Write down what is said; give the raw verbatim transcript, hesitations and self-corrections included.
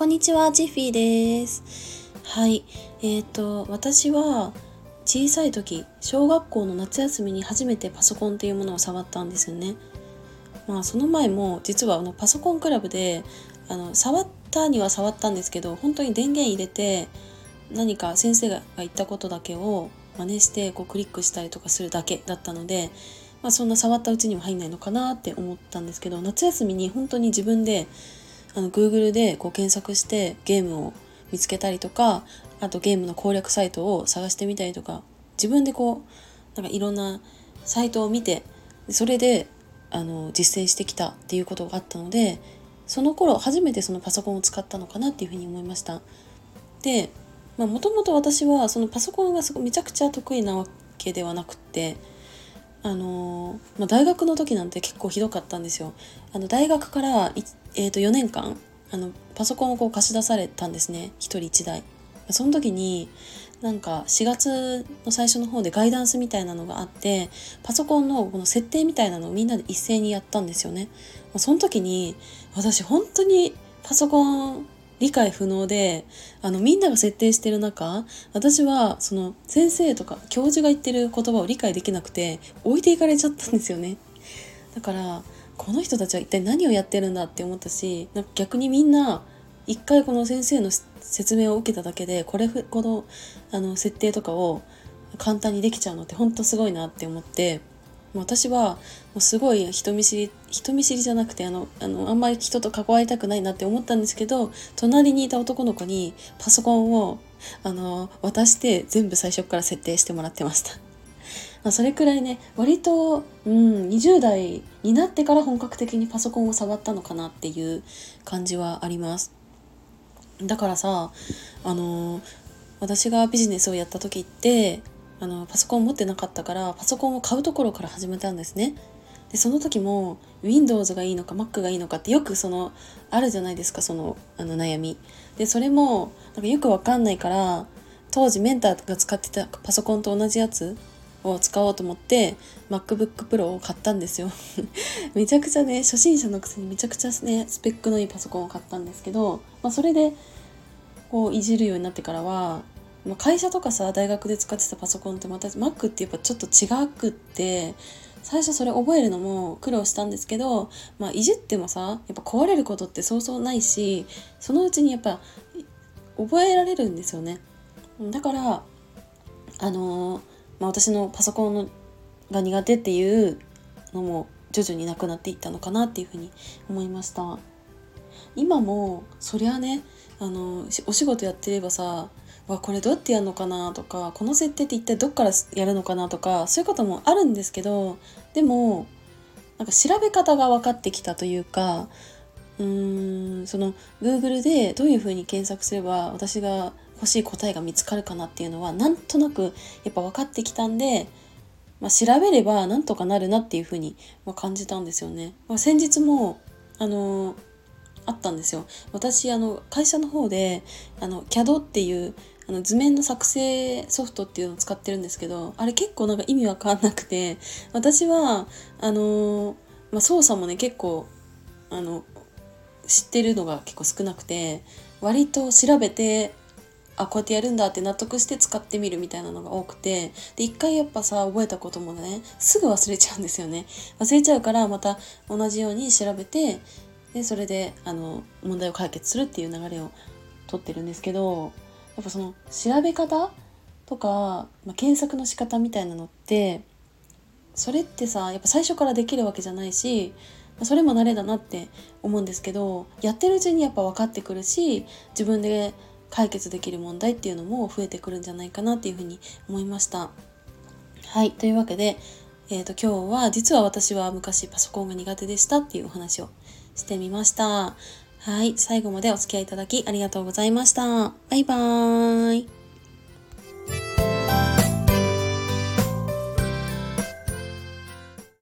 こんにちは、ジッフィーです。はい、えーと、私は小さい時、小学校の夏休みに初めてパソコンっていうものを触ったんですよね。まあその前も実はあのパソコンクラブであの触ったには触ったんですけど、本当に電源入れて何か先生が言ったことだけを真似してこうクリックしたりとかするだけだったので、まあ、そんな触ったうちには入んないのかなって思ったんですけど、夏休みに本当に自分であの Google でこう検索してゲームを見つけたりとか、あとゲームの攻略サイトを探してみたりとか、自分でこうなんかいろんなサイトを見て、それであの実践してきたっていうことがあったので、その頃初めてそのパソコンを使ったのかなっていうふうに思いました。で、もともと私はそのパソコンがすごいめちゃくちゃ得意なわけではなくって、あのまあ、大学の時なんて結構ひどかったんですよ。あの大学からい、えー、とよねんかんあのパソコンをこう貸し出されたんですね、ひとりいちだい。その時になんかしがつの最初の方でガイダンスみたいなのがあって、パソコンのこの設定みたいなのをみんなで一斉にやったんですよね。その時に私本当にパソコン理解不能で、あのみんなが設定してる中、私はその先生とか教授が言ってる言葉を理解できなくて置いていかれちゃったんですよね。だからこの人たちは一体何をやってるんだって思ったし、なんか逆にみんな一回この先生の説明を受けただけでこれほどあの設定とかを簡単にできちゃうのって本当すごいなって思って、私はもうすごい人見知り人見知りじゃなくてあのあのあんまり人と関わりたくないなって思ったんですけど、隣にいた男の子にパソコンをあの渡して全部最初から設定してもらってました。まあ、それくらいね、割と、うん、にじゅう代になってから本格的にパソコンを触ったのかなっていう感じはあります。だからさ、あの私がビジネスをやった時ってあのパソコン持ってなかったから、パソコンを買うところから始めたんですね。でその時も Windows がいいのか Mac がいいのかってよくそのあるじゃないですか、そのあの悩みで。それもなんかよくわかんないから、当時メンターが使ってたパソコンと同じやつを使おうと思って MacBook Pro を買ったんですよめちゃくちゃね、初心者のくせにめちゃくちゃねスペックのいいパソコンを買ったんですけど、まあ、それでこういじるようになってからは、まあ、会社とかさ大学で使ってたパソコンってまた Mac ってやっぱちょっと違くって、最初それ覚えるのも苦労したんですけど、まあ、いじってもさやっぱ壊れることってそうそうないし、そのうちにやっぱ覚えられるんですよね。だからあのーまあ、私のパソコンのが苦手っていうのも徐々になくなっていったのかなっていうふうに思いました。今もそりゃね、あのお仕事やってればさ、わこれどうやってやるのかなとか、この設定って一体どっからやるのかなとか、そういうこともあるんですけど、でもなんか調べ方が分かってきたというか、うーんその Google でどういうふうに検索すれば私が欲しい答えが見つかるかなっていうのはなんとなくやっぱ分かってきたんで、まあ、調べればなんとかなるなっていうふうに感じたんですよね。まあ、先日もあのーあったんですよ。私あの会社の方であの キャド っていうあの図面の作成ソフトっていうのを使ってるんですけど、あれ結構なんか意味わかんなくて、私はあのーまあ、操作もね結構あの知ってるのが結構少なくて、割と調べてあこうやってやるんだって納得して使ってみるみたいなのが多くて、で一回やっぱさ覚えたこともねすぐ忘れちゃうんですよね。忘れちゃうからまた同じように調べて、でそれであの問題を解決するっていう流れをとってるんですけど、やっぱその調べ方とか、まあ、検索の仕方みたいなのってそれってさやっぱ最初からできるわけじゃないし、それも慣れだなって思うんですけど、やってるうちにやっぱ分かってくるし、自分で解決できる問題っていうのも増えてくるんじゃないかなっていうふうに思いました。はい、というわけで、えーと、今日は実は私は昔パソコンが苦手でしたっていうお話をしてみました。はい、最後までお付き合いいただきありがとうございました。バイバーイ。